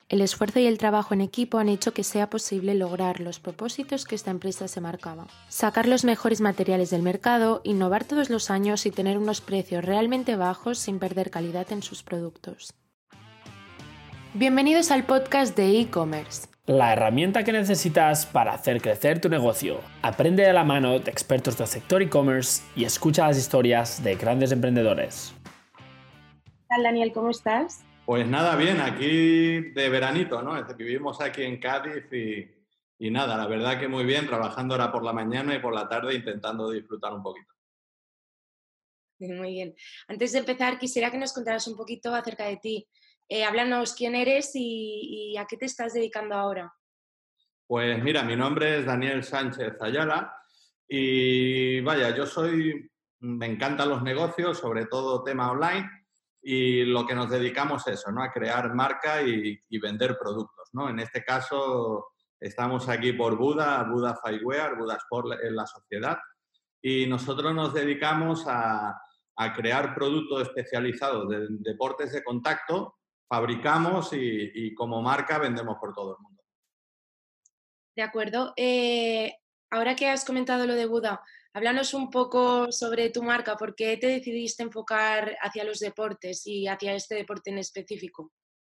El esfuerzo y el trabajo en equipo han hecho que sea posible lograr los propósitos que esta empresa se marcaba. Sacar los mejores materiales del mercado, innovar todos los años y tener unos precios realmente bajos sin perder calidad en sus productos. Bienvenidos al podcast de e-commerce. La herramienta que necesitas para hacer crecer tu negocio. Aprende de la mano de expertos del sector e-commerce y escucha las historias de grandes emprendedores. ¿Qué tal, Daniel? ¿Cómo estás? Pues nada, bien, aquí de veranito, ¿no? Vivimos aquí en Cádiz y nada, la verdad que muy bien, trabajando ahora por la mañana y por la tarde intentando disfrutar un poquito. Muy bien. Antes de empezar, quisiera que nos contaras un poquito acerca de ti. Háblanos quién eres y a qué te estás dedicando ahora. Pues mira, mi nombre es Daniel Sánchez Ayala y vaya, me encantan los negocios, sobre todo tema online, y lo que nos dedicamos es eso, ¿no? A crear marca y vender productos, ¿no? En este caso estamos aquí por Buda Fightwear, Buda Sport en la sociedad, y nosotros nos dedicamos a crear productos especializados de deportes de contacto, fabricamos y como marca vendemos por todo el mundo. De acuerdo. Ahora que has comentado lo de Buda, háblanos un poco sobre tu marca. ¿Por qué te decidiste enfocar hacia los deportes y hacia este deporte en específico?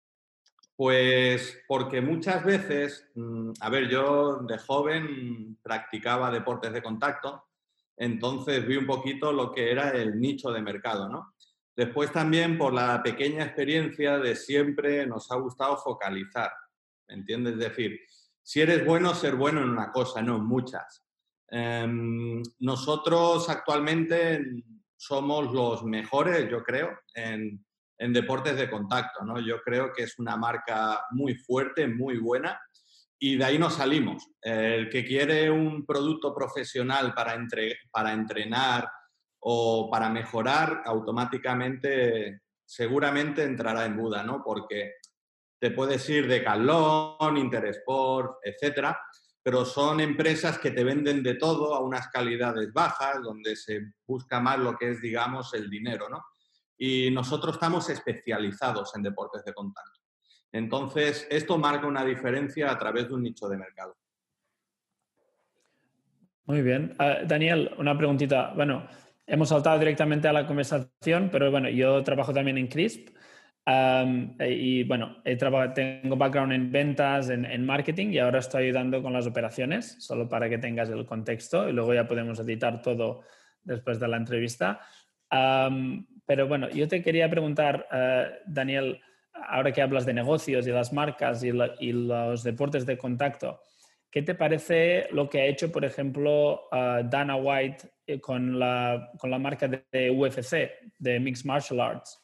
Pues porque muchas veces, a ver, yo de joven practicaba deportes de contacto, entonces vi un poquito lo que era el nicho de mercado, ¿no? Después también por la pequeña experiencia de siempre nos ha gustado focalizar, ¿me entiendes? Es decir, si eres bueno, ser bueno en una cosa, no en muchas. Nosotros actualmente somos los mejores, yo creo, en deportes de contacto, ¿no? Yo creo que es una marca muy fuerte, muy buena, y de ahí nos salimos. El que quiere un producto profesional para entrenar o para mejorar, automáticamente, seguramente entrará en Buda, ¿no? Porque te puedes ir de Decathlon, Intersport, etcétera, pero son empresas que te venden de todo a unas calidades bajas, donde se busca más lo que es, digamos, el dinero, ¿no? Y nosotros estamos especializados en deportes de contacto. Entonces, esto marca una diferencia a través de un nicho de mercado. Muy bien. Daniel, una preguntita. Bueno, hemos saltado directamente a la conversación, pero bueno, yo trabajo también en CRISP. Y bueno, tengo background en ventas, en marketing y ahora estoy ayudando con las operaciones, solo para que tengas el contexto y luego ya podemos editar todo después de la entrevista. Pero bueno, yo te quería preguntar, Daniel, ahora que hablas de negocios y las marcas y los deportes de contacto, ¿qué te parece lo que ha hecho, por ejemplo, Dana White con la marca de UFC, de Mixed Martial Arts?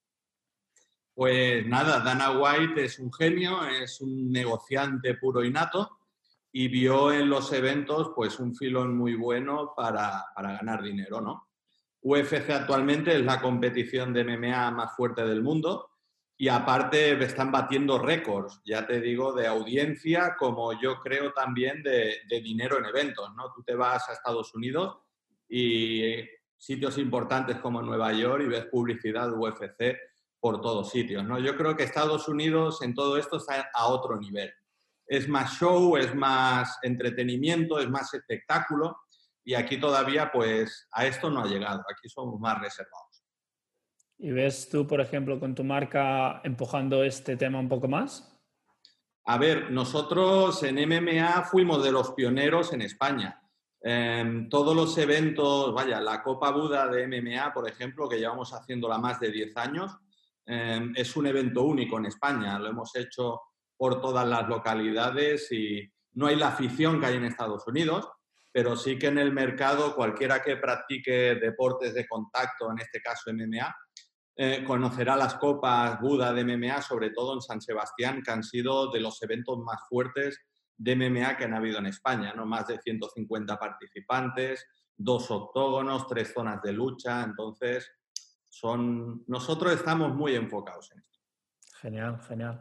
Pues nada, Dana White es un genio, es un negociante puro y nato y vio en los eventos pues un filón muy bueno para ganar dinero, ¿no? UFC actualmente es la competición de MMA más fuerte del mundo y aparte están batiendo récords, ya te digo, de audiencia como yo creo también de dinero en eventos, ¿no? Tú te vas a Estados Unidos y sitios importantes como Nueva York y ves publicidad de UFC por todos sitios, ¿no? Yo creo que Estados Unidos en todo esto está a otro nivel. Es más show, es más entretenimiento, es más espectáculo y aquí todavía pues a esto no ha llegado, aquí somos más reservados. ¿Y ves tú, por ejemplo, con tu marca empujando este tema un poco más? A ver, nosotros en MMA fuimos de los pioneros en España. Todos los eventos, vaya, la Copa Buda de MMA, por ejemplo, que llevamos haciéndola más de 10 años, es un evento único en España. Lo hemos hecho por todas las localidades y no hay la afición que hay en Estados Unidos, pero sí que en el mercado cualquiera que practique deportes de contacto, en este caso MMA, conocerá las copas Buda de MMA, sobre todo en San Sebastián, que han sido de los eventos más fuertes de MMA que han habido en España, ¿no? Más de 150 participantes, 2 octógonos, 3 zonas de lucha, entonces nosotros estamos muy enfocados en esto. Genial, genial.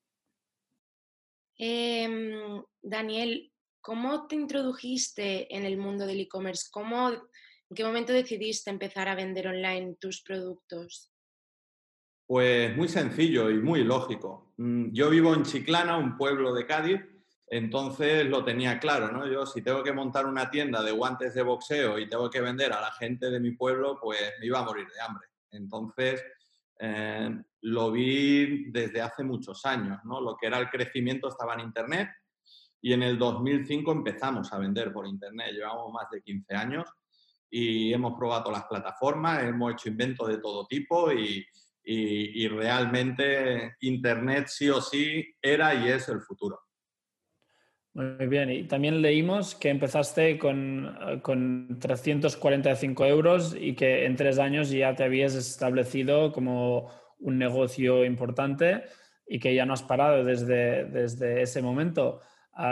Daniel, ¿cómo te introdujiste en el mundo del e-commerce? ¿En qué momento decidiste empezar a vender online tus productos? Pues muy sencillo y muy lógico. Yo vivo en Chiclana, un pueblo de Cádiz, entonces lo tenía claro, ¿no? Yo si tengo que montar una tienda de guantes de boxeo y tengo que vender a la gente de mi pueblo, pues me iba a morir de hambre. Entonces lo vi desde hace muchos años, ¿no? Lo que era el crecimiento estaba en Internet y en el 2005 empezamos a vender por Internet. Llevamos más de 15 años y hemos probado todas las plataformas, hemos hecho inventos de todo tipo y realmente Internet sí o sí era y es el futuro. Muy bien, y también leímos que empezaste con 345 euros y que en 3 años ya te habías establecido como un negocio importante y que ya no has parado desde ese momento.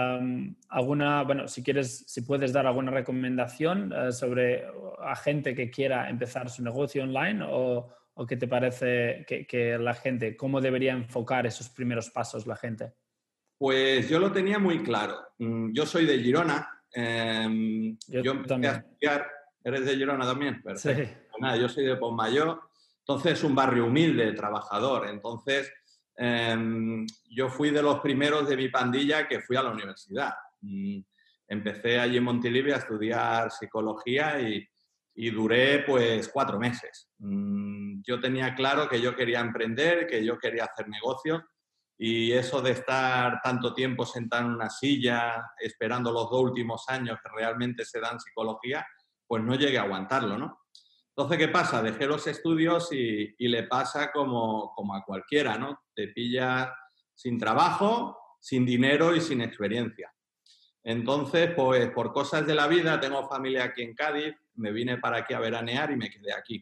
Bueno, si quieres, si puedes dar alguna recomendación sobre a gente que quiera empezar su negocio online o qué te parece que la gente, cómo debería enfocar esos primeros pasos la gente. Pues yo lo tenía muy claro. Yo soy de Girona. Yo empecé también. a estudiar. ¿Eres de Girona también? Perfecto. Sí. Pues nada, yo soy de Pontmayor. Entonces es un barrio humilde, trabajador. Entonces yo fui de los primeros de mi pandilla que fui a la universidad. Empecé allí en Montilivi a estudiar psicología y duré pues 4 meses. Yo tenía claro que yo quería emprender, que yo quería hacer negocios. Y eso de estar tanto tiempo sentado en una silla, esperando los 2 últimos años que realmente se dan psicología, pues no llegué a aguantarlo, ¿no? Entonces, ¿qué pasa? Dejé los estudios y le pasa como a cualquiera, ¿no? Te pilla sin trabajo, sin dinero y sin experiencia. Entonces, pues por cosas de la vida, tengo familia aquí en Cádiz, me vine para aquí a veranear y me quedé aquí.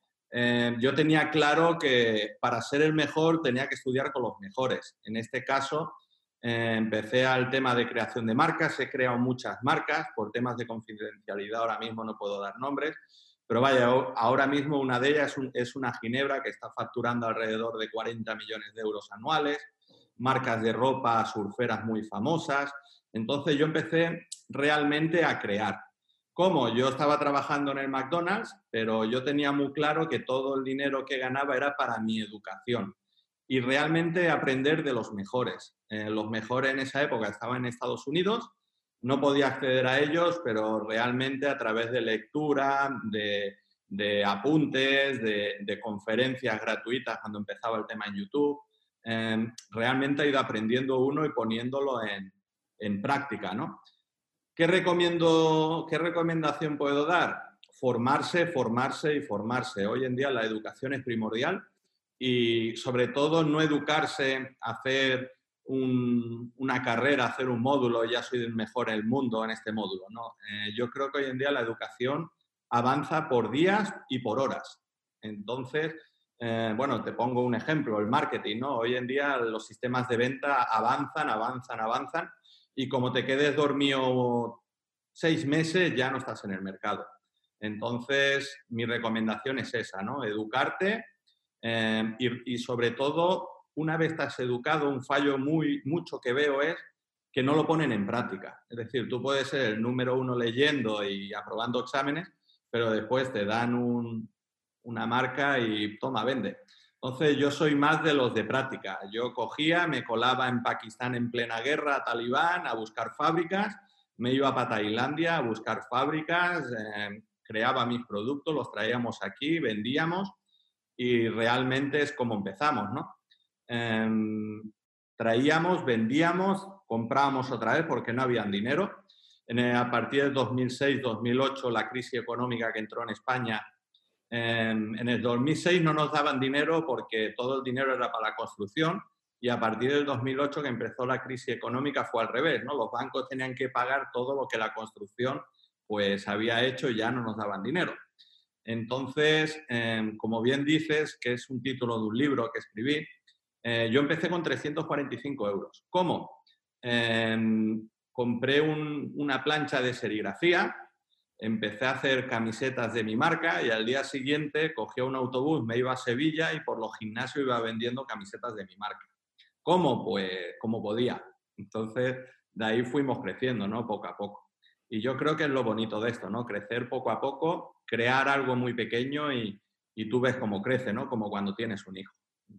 Yo tenía claro que para ser el mejor tenía que estudiar con los mejores. En este caso, empecé al tema de creación de marcas. He creado muchas marcas. Por temas de confidencialidad ahora mismo no puedo dar nombres. Pero vaya, ahora mismo una de ellas es una ginebra que está facturando alrededor de 40 millones de euros anuales. Marcas de ropa surferas muy famosas. Entonces yo empecé realmente a crear. ¿Cómo? Yo estaba trabajando en el McDonald's, pero yo tenía muy claro que todo el dinero que ganaba era para mi educación y realmente aprender de los mejores. Los mejores en esa época estaban en Estados Unidos, no podía acceder a ellos, pero realmente a través de lectura, de apuntes, de conferencias gratuitas cuando empezaba el tema en YouTube, realmente he ido aprendiendo uno y poniéndolo en práctica, ¿no? ¿Qué recomendación puedo dar? Formarse, formarse y formarse. Hoy en día la educación es primordial y sobre todo no educarse, hacer una carrera, hacer un módulo, ya soy el mejor en el mundo en este módulo, ¿no? Yo creo que hoy en día la educación avanza por días y por horas. Entonces, bueno, te pongo un ejemplo, el marketing, ¿no? Hoy en día los sistemas de venta avanzan. Y como te quedes dormido 6 meses, ya no estás en el mercado. Entonces, mi recomendación es esa, ¿no? Educarte y sobre todo, una vez estás educado, un fallo mucho que veo es que no lo ponen en práctica. Es decir, tú puedes ser el número 1 leyendo y aprobando exámenes, pero después te dan una marca y toma, vende. Entonces, yo soy más de los de práctica. Yo cogía, me colaba en Pakistán en plena guerra, talibán, a buscar fábricas, me iba para Tailandia a buscar fábricas, creaba mis productos, los traíamos aquí, vendíamos y realmente es como empezamos, ¿no? Traíamos, vendíamos, comprábamos otra vez porque no había dinero. A partir del 2006-2008, la crisis económica que entró en España, en el 2006 no nos daban dinero porque todo el dinero era para la construcción y a partir del 2008 que empezó la crisis económica fue al revés, ¿no? Los bancos tenían que pagar todo lo que la construcción pues había hecho y ya no nos daban dinero. Entonces, como bien dices, que es un título de un libro que escribí, yo empecé con 345 euros. ¿Cómo? Compré una plancha de serigrafía, empecé a hacer camisetas de mi marca y al día siguiente cogía un autobús, me iba a Sevilla y por los gimnasios iba vendiendo camisetas de mi marca. ¿Cómo? Pues como podía. Entonces, de ahí fuimos creciendo, ¿no? Poco a poco. Y yo creo que es lo bonito de esto, ¿no? Crecer poco a poco, crear algo muy pequeño y tú ves cómo crece, ¿no? Como cuando tienes un hijo.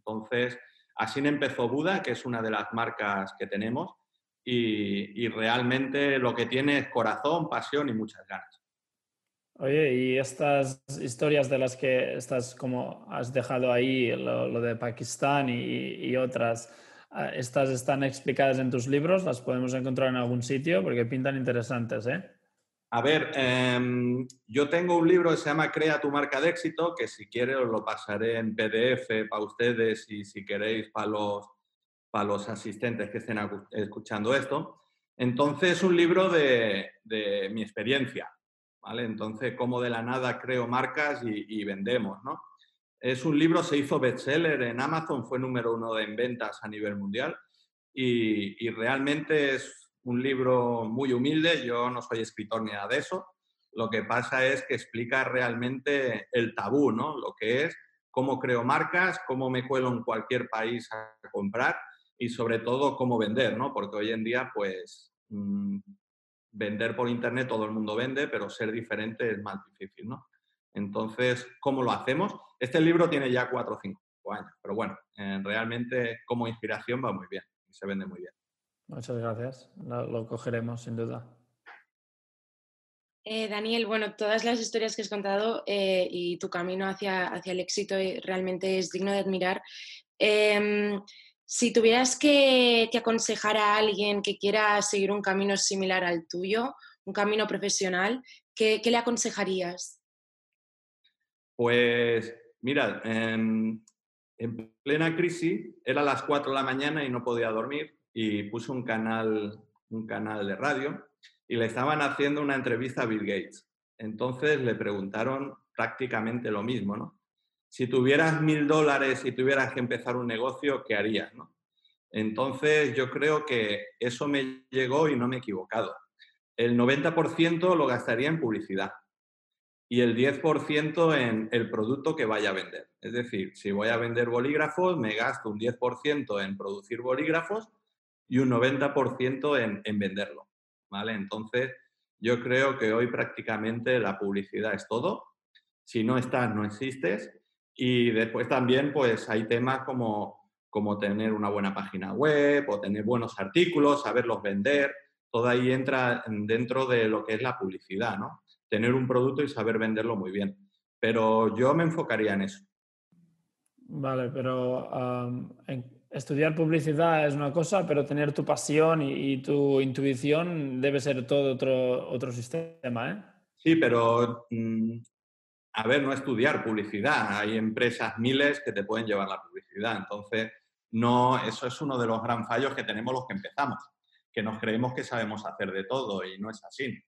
Entonces, así empezó Buda, que es una de las marcas que tenemos, y realmente lo que tiene es corazón, pasión y muchas ganas. Oye, y estas historias de las que estás, como has dejado ahí, lo de Pakistán y otras, ¿estas están explicadas en tus libros? ¿Las podemos encontrar en algún sitio? Porque pintan interesantes, ¿eh? A ver, yo tengo un libro que se llama Crea tu marca de éxito, que si quieres os lo pasaré en PDF para ustedes y si queréis para los asistentes que estén escuchando esto. Entonces, es un libro de mi experiencia, ¿vale? Entonces, cómo de la nada creo marcas y vendemos, ¿no? Es un libro, se hizo bestseller en Amazon, fue número 1 en ventas a nivel mundial y realmente es un libro muy humilde. Yo no soy escritor ni nada de eso. Lo que pasa es que explica realmente el tabú, ¿no? Lo que es, cómo creo marcas, cómo me cuelo en cualquier país a comprar y sobre todo cómo vender, ¿no? Porque hoy en día, pues, vender por internet todo el mundo vende, pero ser diferente es más difícil, ¿no? Entonces, ¿cómo lo hacemos? Este libro tiene ya 4 o 5 años, pero bueno, realmente como inspiración va muy bien y se vende muy bien. Muchas gracias. Lo cogeremos, sin duda. Daniel, bueno, todas las historias que has contado y tu camino hacia el éxito realmente es digno de admirar. Si tuvieras que aconsejar a alguien que quiera seguir un camino similar al tuyo, un camino profesional, ¿qué le aconsejarías? Pues mira, en plena crisis era las 4 de la mañana y no podía dormir y puse un canal de radio y le estaban haciendo una entrevista a Bill Gates. Entonces le preguntaron prácticamente lo mismo, ¿no? Si tuvieras $1000 y tuvieras que empezar un negocio, ¿qué harías, no? Entonces yo creo que eso me llegó y no me he equivocado. El 90% lo gastaría en publicidad y el 10% en el producto que vaya a vender. Es decir, si voy a vender bolígrafos, me gasto un 10% en producir bolígrafos y un 90% en venderlo, ¿vale? Entonces, yo creo que hoy prácticamente la publicidad es todo. Si no estás, no existes. Y después también, pues, hay temas como tener una buena página web o tener buenos artículos, saberlos vender. Todo ahí entra dentro de lo que es la publicidad, ¿no? Tener un producto y saber venderlo muy bien. Pero yo me enfocaría en eso. Vale, pero estudiar publicidad es una cosa, pero tener tu pasión y tu intuición debe ser todo otro sistema, ¿eh? Sí, pero a ver, no estudiar publicidad. Hay empresas miles que te pueden llevar la publicidad. Entonces, no, eso es uno de los gran fallos que tenemos los que empezamos, que nos creemos que sabemos hacer de todo y no es así.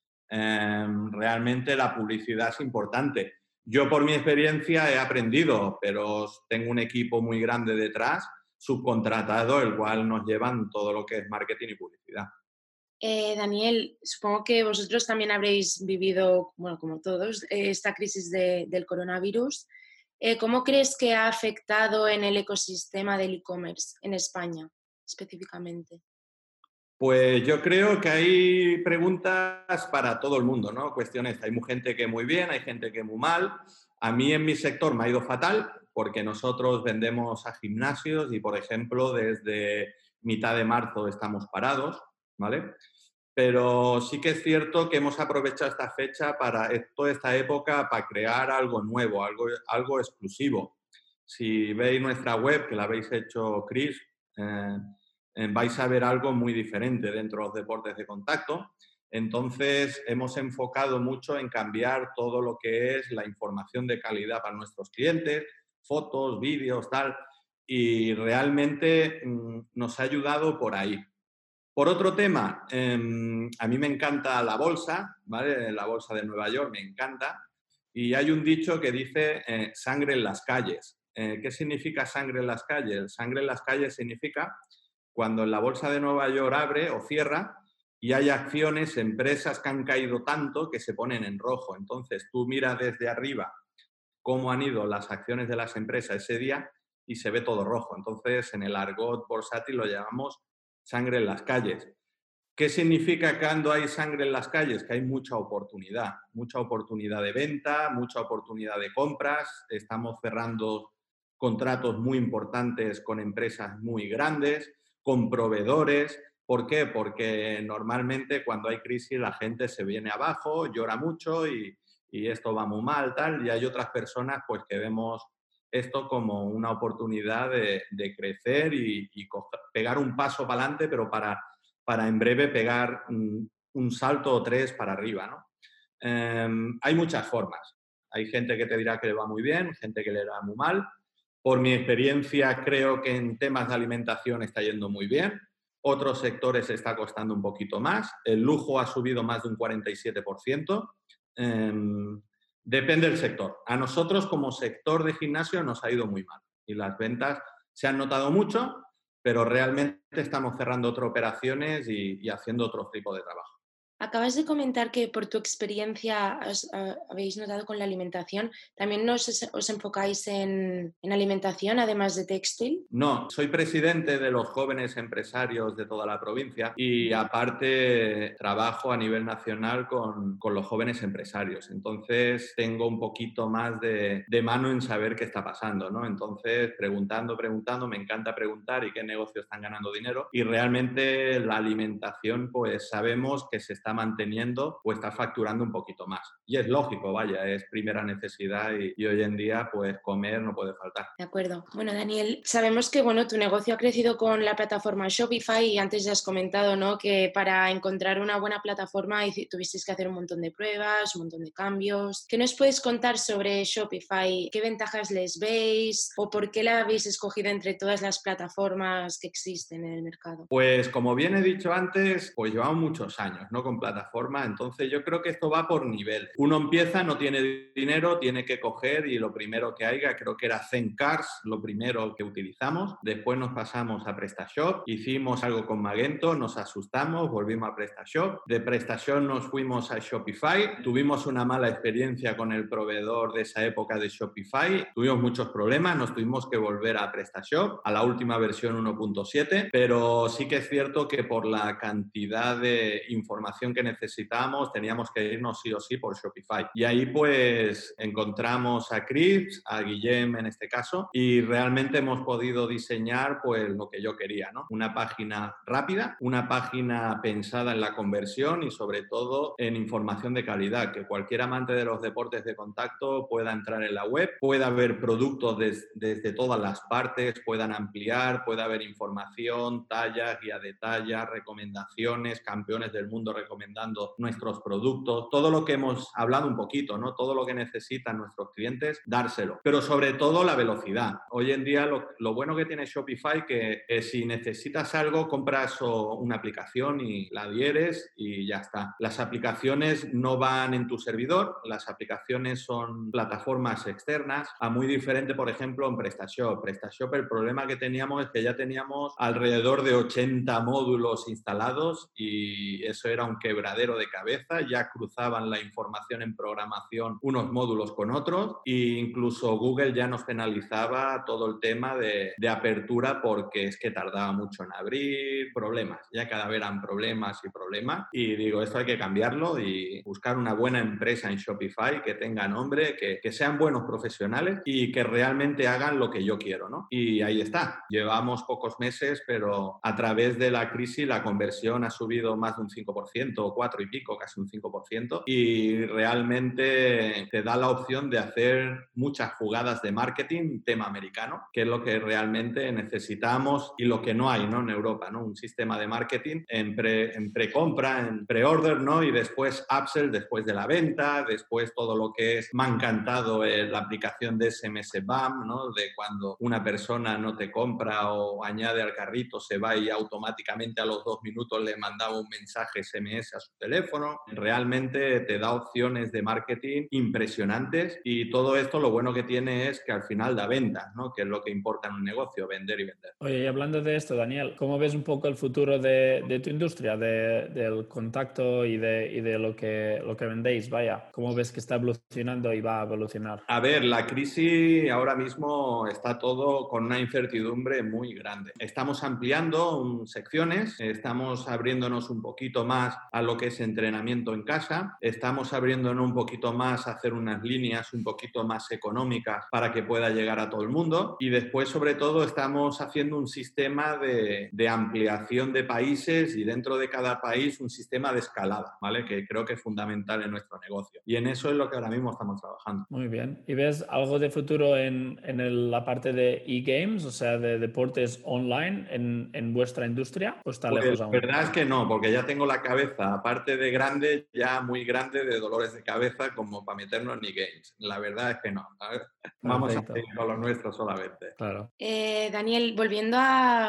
Realmente la publicidad es importante. Yo por mi experiencia he aprendido, pero tengo un equipo muy grande detrás, subcontratado, el cual nos llevan todo lo que es marketing y publicidad. Daniel, supongo que vosotros también habréis vivido, bueno, como todos, esta crisis del coronavirus. ¿Cómo crees que ha afectado en el ecosistema del e-commerce en España específicamente? Pues yo creo que hay preguntas para todo el mundo, ¿no? Cuestiones, hay gente que muy bien, hay gente que muy mal. A mí en mi sector me ha ido fatal porque nosotros vendemos a gimnasios y, por ejemplo, desde mitad de marzo estamos parados, ¿vale? Pero sí que es cierto que hemos aprovechado esta fecha toda esta época para crear algo nuevo, algo exclusivo. Si veis nuestra web, que la habéis hecho Chris, vais a ver algo muy diferente dentro de los deportes de contacto. Entonces, hemos enfocado mucho en cambiar todo lo que es la información de calidad para nuestros clientes, fotos, vídeos, tal, y realmente nos ha ayudado por ahí. Por otro tema, a mí me encanta la bolsa, ¿vale? La bolsa de Nueva York me encanta, y hay un dicho que dice sangre en las calles. ¿Qué significa sangre en las calles? Sangre en las calles significa cuando la bolsa de Nueva York abre o cierra y hay acciones, empresas que han caído tanto que se ponen en rojo. Entonces tú miras desde arriba cómo han ido las acciones de las empresas ese día y se ve todo rojo. Entonces en el argot bursátil lo llamamos sangre en las calles. ¿Qué significa cuando hay sangre en las calles? Que hay mucha oportunidad de venta, mucha oportunidad de compras. Estamos cerrando contratos muy importantes con empresas muy grandes, con proveedores. ¿Por qué? Porque normalmente cuando hay crisis la gente se viene abajo, llora mucho y esto va muy mal, tal, y hay otras personas pues que vemos esto como una oportunidad de crecer y pegar un paso para adelante, pero para en breve pegar un salto o 3 para arriba, ¿no? Hay muchas formas. Hay gente que te dirá que le va muy bien, gente que le va muy mal. Por mi experiencia, creo que en temas de alimentación está yendo muy bien. Otros sectores está costando un poquito más. El lujo ha subido más de un 47%. Depende del sector. A nosotros, como sector de gimnasio, nos ha ido muy mal. Y las ventas se han notado mucho, pero realmente estamos cerrando otras operaciones y haciendo otro tipo de trabajo. Acabas de comentar que por tu experiencia habéis notado con la alimentación. ¿También os enfocáis en alimentación, además de textil? No, soy presidente de los jóvenes empresarios de toda la provincia y aparte trabajo a nivel nacional con los jóvenes empresarios. Entonces tengo un poquito más de mano en saber qué está pasando, ¿no? Entonces preguntando, me encanta preguntar y qué negocios están ganando dinero y realmente la alimentación pues sabemos que se está manteniendo o está facturando un poquito más. Y es lógico, vaya, es primera necesidad y hoy en día pues comer no puede faltar. De acuerdo. Bueno, Daniel, sabemos que tu negocio ha crecido con la plataforma Shopify y antes ya has comentado, ¿no?, que para encontrar una buena plataforma tuvisteis que hacer un montón de pruebas, un montón de cambios. ¿Qué nos puedes contar sobre Shopify? ¿Qué ventajas les veis o por qué la habéis escogido entre todas las plataformas que existen en el mercado? Pues como bien he dicho antes, pues llevamos muchos años, ¿no?, con plataforma, entonces yo creo que esto va por nivel. Uno empieza, no tiene dinero, tiene que coger y lo primero que haya, creo que era Zencars, lo primero que utilizamos. Después nos pasamos a PrestaShop, hicimos algo con Magento, nos asustamos, volvimos a PrestaShop. De PrestaShop nos fuimos a Shopify, tuvimos una mala experiencia con el proveedor de esa época de Shopify, tuvimos muchos problemas, nos tuvimos que volver a PrestaShop, a la última versión 1.7, pero sí que es cierto que por la cantidad de información que necesitábamos teníamos que irnos sí o sí por Shopify. Y ahí pues encontramos a Chris, a Guillem en este caso, y realmente hemos podido diseñar pues lo que yo quería, ¿no? Una página rápida, una página pensada en la conversión y sobre todo en información de calidad, que cualquier amante de los deportes de contacto pueda entrar en la web, pueda ver productos desde todas las partes, puedan ampliar, pueda haber información, tallas, guía de tallas, recomendaciones, campeones del mundo recomendando nuestros productos, todo lo que hemos hablado un poquito, ¿no? Todo lo que necesitan nuestros clientes, dárselo. Pero sobre todo la velocidad. Hoy en día lo bueno que tiene Shopify que si necesitas algo, compras una aplicación y la adhieres y ya está. Las aplicaciones no van en tu servidor, las aplicaciones son plataformas externas, a muy diferente, por ejemplo, en PrestaShop. PrestaShop, el problema que teníamos es que ya teníamos alrededor de 80 módulos instalados y eso era un quebradero de cabeza, ya cruzaban la información en programación unos módulos con otros e incluso Google ya nos penalizaba todo el tema de apertura porque es que tardaba mucho en abrir, problemas, ya cada vez eran problemas y digo, esto hay que cambiarlo y buscar una buena empresa en Shopify que tenga nombre, que sean buenos profesionales y que realmente hagan lo que yo quiero, ¿no? Y ahí está, llevamos pocos meses, pero a través de la crisis la conversión ha subido más de un 5%, 4 y pico, casi un 5%, y realmente te da la opción de hacer muchas jugadas de marketing, tema americano, que es lo que realmente necesitamos y lo que no hay, ¿no?, en Europa, ¿no? Un sistema de marketing en precompra, en pre-order, ¿no? Y después upsell, después de la venta, después todo lo que es, me ha encantado la aplicación de SMS BAM, ¿no? De cuando una persona no te compra o añade al carrito, se va y automáticamente a los 2 minutos le mandaba un mensaje SMS a su teléfono. Realmente te da opciones de marketing impresionantes y todo esto lo bueno que tiene es que al final da ventas, ¿no? Que es lo que importa en un negocio, vender y vender. Oye, y hablando de esto, Daniel, ¿cómo ves un poco el futuro de tu industria, del contacto y de lo que vendéis? Vaya, ¿cómo ves que está evolucionando y va a evolucionar? A ver, la crisis ahora mismo está todo con una incertidumbre muy grande. Estamos ampliando secciones, estamos abriéndonos un poquito más a lo que es entrenamiento en casa. Estamos abriéndonos un poquito más a hacer unas líneas un poquito más económicas para que pueda llegar a todo el mundo. Y después, sobre todo, estamos haciendo un sistema de ampliación de países y dentro de cada país un sistema de escalada, ¿vale? Que creo que es fundamental en nuestro negocio. Y en eso es lo que ahora mismo estamos trabajando. Muy bien. ¿Y ves algo de futuro en la parte de e-games, o sea, de deportes online en vuestra industria? ¿O está lejos aún? La verdad es que no, porque ya tengo la cabeza, aparte de grande, ya muy grande de dolores de cabeza como para meternos en e-games. La verdad es que no. Vamos a seguir con lo nuestro solamente. Claro. Daniel, volviendo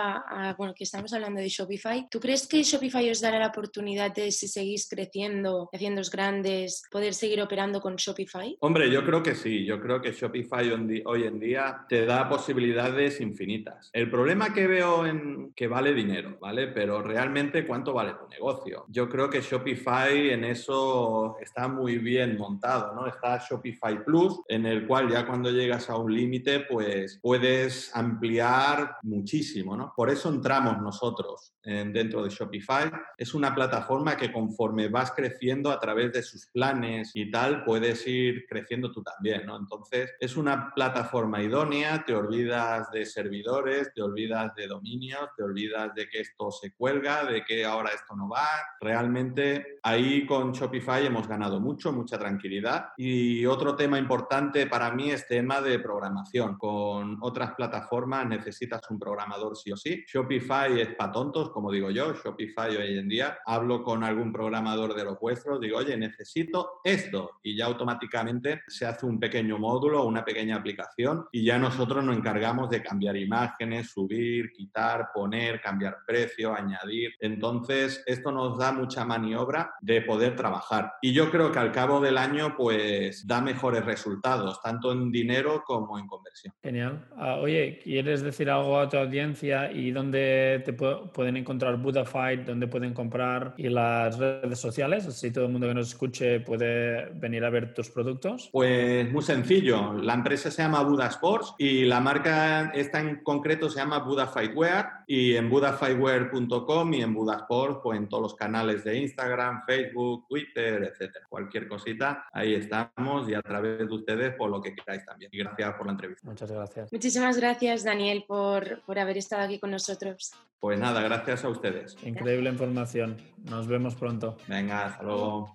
a bueno, que estamos hablando de Shopify, ¿tú crees que Shopify os dará la oportunidad de, si seguís creciendo, haciéndoos grandes, poder seguir operando con Shopify? Hombre, yo creo que sí. Yo creo que Shopify hoy en día te da posibilidades infinitas. El problema que veo en que vale dinero, ¿vale? Pero realmente, ¿cuánto vale tu negocio? Yo creo que Shopify en eso está muy bien montado, ¿no? Está Shopify Plus, en el cual ya cuando llegas a un límite, pues puedes ampliar muchísimo, ¿no? Por eso entramos nosotros dentro de Shopify. Es una plataforma que conforme vas creciendo a través de sus planes y tal, puedes ir creciendo tú también, ¿no? Entonces, es una plataforma idónea, te olvidas de servidores, te olvidas de dominios, te olvidas de que esto se cuelga, de que ahora esto no va. Realmente, ahí con Shopify hemos ganado mucha tranquilidad. Y otro tema importante para mí es tema de programación. Con otras plataformas necesitas un programador sí o sí. Shopify es para tontos, como digo yo. Shopify hoy en día, hablo con algún programador de los vuestros, digo, oye, necesito esto. Y ya automáticamente se hace un pequeño módulo, una pequeña aplicación y ya nosotros nos encargamos de cambiar imágenes, subir, quitar, poner, cambiar precio, añadir. Entonces, esto nos da mucha maniobra de poder trabajar. Y yo creo que al cabo del año, pues, da mejores resultados, tanto en dinero como en conversión. Genial. Oye, ¿quieres decir algo a tu audiencia y dónde te pueden encontrar Budafight, dónde pueden comprar y las redes sociales? Así todo el mundo que nos escuche puede venir a ver tus productos. Pues muy sencillo. La empresa se llama Buda Sports y la marca esta en concreto se llama Buda Fightwear y en budafightwear.com y en Buda Sports, pues en todos los canales de Instagram, Facebook, Twitter, etcétera. Cualquier cosita, ahí estamos y a través de ustedes por lo que queráis también. Y gracias por la entrevista. Muchas gracias. Muchísimas gracias, Daniel, por haber estado aquí con nosotros. Pues nada, gracias a ustedes. Increíble información. Nos vemos pronto. Venga, hasta luego.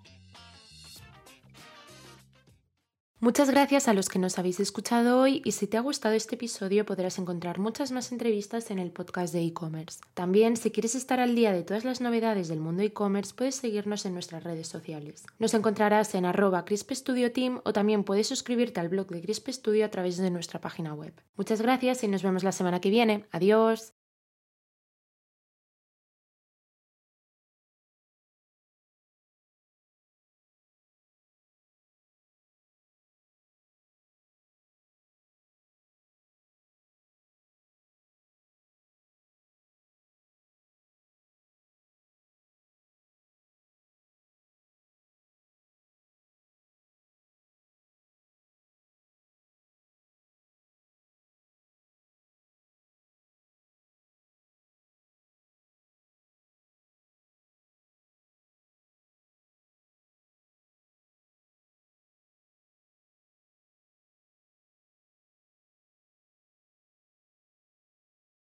Muchas gracias a los que nos habéis escuchado hoy y si te ha gustado este episodio podrás encontrar muchas más entrevistas en el podcast de e-commerce. También, si quieres estar al día de todas las novedades del mundo e-commerce, puedes seguirnos en nuestras redes sociales. Nos encontrarás en @CrispStudioTeam o también puedes suscribirte al blog de Crisp Studio a través de nuestra página web. Muchas gracias y nos vemos la semana que viene. ¡Adiós!